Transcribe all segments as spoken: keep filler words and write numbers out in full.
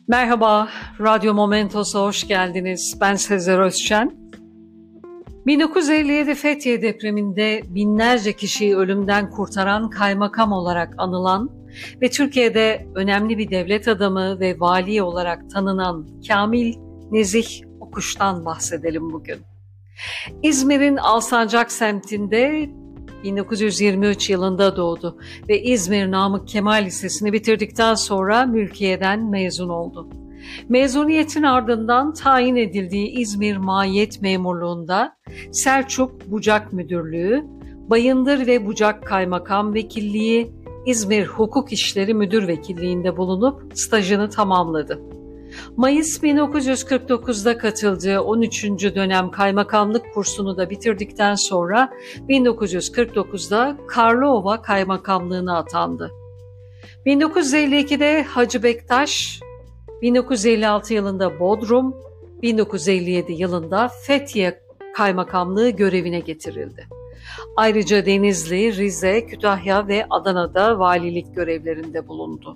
Merhaba, Radyo Momentos'a hoş geldiniz. Ben Sezer Özçen. bin dokuz yüz elli yedi Fethiye depreminde binlerce kişiyi ölümden kurtaran kaymakam olarak anılan ve Türkiye'de önemli bir devlet adamı ve vali olarak tanınan Kamil Nezih Okuş'tan bahsedelim bugün. İzmir'in Alsancak semtinde bin dokuz yüz yirmi üç yılında doğdu ve İzmir Namık Kemal Lisesi'ni bitirdikten sonra mülkiyeden mezun oldu. Mezuniyetin ardından tayin edildiği İzmir Mahiyet Memurluğu'nda Selçuk Bucak Müdürlüğü, Bayındır ve Bucak Kaymakam Vekilliği, İzmir Hukuk İşleri Müdür Vekilliği'nde bulunup stajını tamamladı. Mayıs bin dokuz yüz kırk dokuzda katıldığı on üçüncü dönem kaymakamlık kursunu da bitirdikten sonra bin dokuz yüz kırk dokuzda Karlova Kaymakamlığı'na atandı. bin dokuz yüz elli ikide Hacı Bektaş, bin dokuz yüz elli altı yılında Bodrum, bin dokuz yüz elli yedi yılında Fethiye Kaymakamlığı görevine getirildi. Ayrıca Denizli, Rize, Kütahya ve Adana'da valilik görevlerinde bulundu.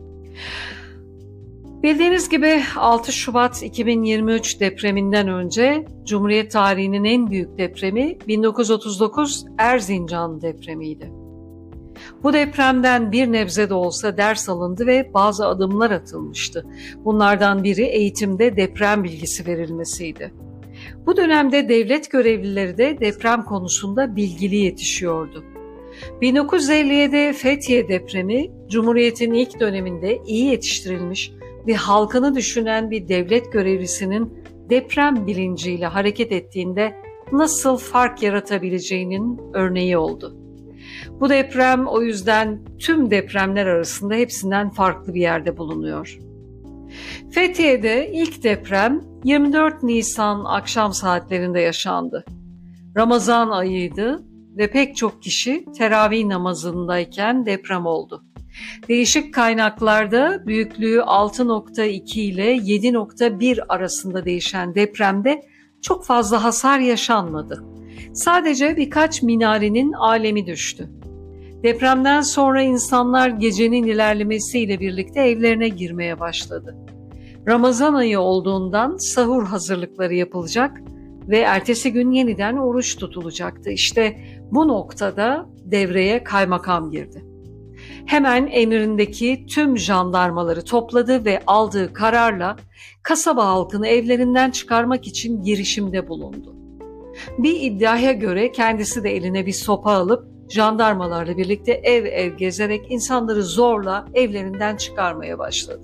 Bildiğiniz gibi altı Şubat iki bin yirmi üç depreminden önce Cumhuriyet tarihinin en büyük depremi bin dokuz yüz otuz dokuz Erzincan depremiydi. Bu depremden bir nebze de olsa ders alındı ve bazı adımlar atılmıştı. Bunlardan biri eğitimde deprem bilgisi verilmesiydi. Bu dönemde devlet görevlileri de deprem konusunda bilgili yetişiyordu. bin dokuz yüz elli yedi Fethiye depremi, Cumhuriyet'in ilk döneminde iyi yetiştirilmiş ve halkını düşünen bir devlet görevlisinin deprem bilinciyle hareket ettiğinde nasıl fark yaratabileceğinin örneği oldu. Bu deprem o yüzden tüm depremler arasında hepsinden farklı bir yerde bulunuyor. Fethiye'de ilk deprem yirmi dört Nisan akşam saatlerinde yaşandı. Ramazan ayıydı ve pek çok kişi teravih namazındayken deprem oldu. Değişik kaynaklarda büyüklüğü altı nokta iki ile yedi nokta bir arasında değişen depremde çok fazla hasar yaşanmadı. Sadece birkaç minarenin alemi düştü. Depremden sonra insanlar gecenin ilerlemesiyle birlikte evlerine girmeye başladı. Ramazan ayı olduğundan sahur hazırlıkları yapılacak ve ertesi gün yeniden oruç tutulacaktı. İşte bu noktada devreye kaymakam girdi. Hemen emrindeki tüm jandarmaları topladı ve aldığı kararla kasaba halkını evlerinden çıkarmak için girişimde bulundu. Bir iddiaya göre kendisi de eline bir sopa alıp jandarmalarla birlikte ev ev gezerek insanları zorla evlerinden çıkarmaya başladı.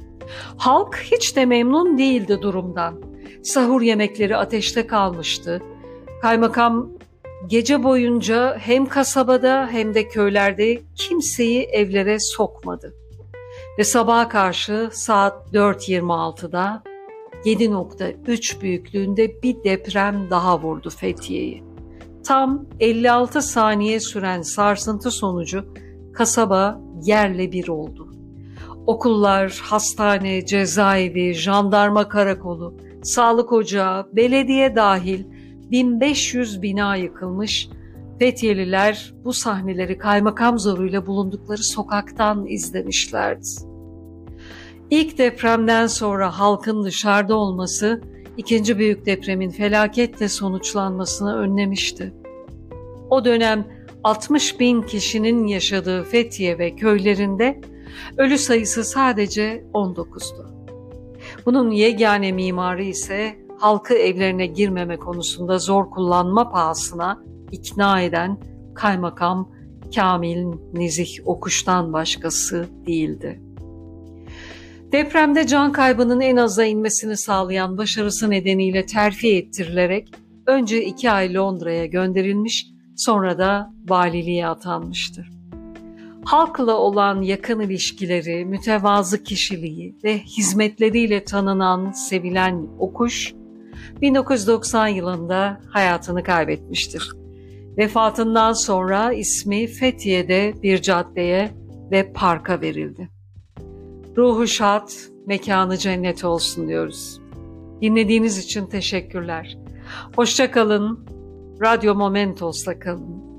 Halk hiç de memnun değildi durumdan. Sahur yemekleri ateşte kalmıştı. Kaymakam gece boyunca hem kasabada hem de köylerde kimseyi evlere sokmadı. Ve sabaha karşı saat dört yirmi altıda yedi nokta üç büyüklüğünde bir deprem daha vurdu Fethiye'yi. Tam elli altı saniye süren sarsıntı sonucu kasaba yerle bir oldu. Okullar, hastane, cezaevi, jandarma karakolu, sağlık ocağı, belediye dahil bin beş yüz bina yıkılmış, Fethiyeliler bu sahneleri kaymakam zoruyla bulundukları sokaktan izlemişlerdi. İlk depremden sonra halkın dışarıda olması, ikinci büyük depremin felaketle sonuçlanmasını önlemişti. O dönem altmış bin kişinin yaşadığı Fethiye ve köylerinde ölü sayısı sadece on dokuzdu. Bunun yegane mimarı ise halkı evlerine girmeme konusunda zor kullanma pahasına ikna eden Kaymakam Kamil Nezih Okuş'tan başkası değildi. Depremde can kaybının en aza inmesini sağlayan başarısı nedeniyle terfi ettirilerek önce iki ay Londra'ya gönderilmiş, sonra da valiliğe atanmıştır. Halkla olan yakın ilişkileri, mütevazı kişiliği ve hizmetleriyle tanınan, sevilen Okuş, bin dokuz yüz doksan yılında hayatını kaybetmiştir. Vefatından sonra ismi Fethiye'de bir caddeye ve parka verildi. Ruhu şad, mekanı cennet olsun diyoruz. Dinlediğiniz için teşekkürler. Hoşça kalın, Radyo Momentos'la kalın.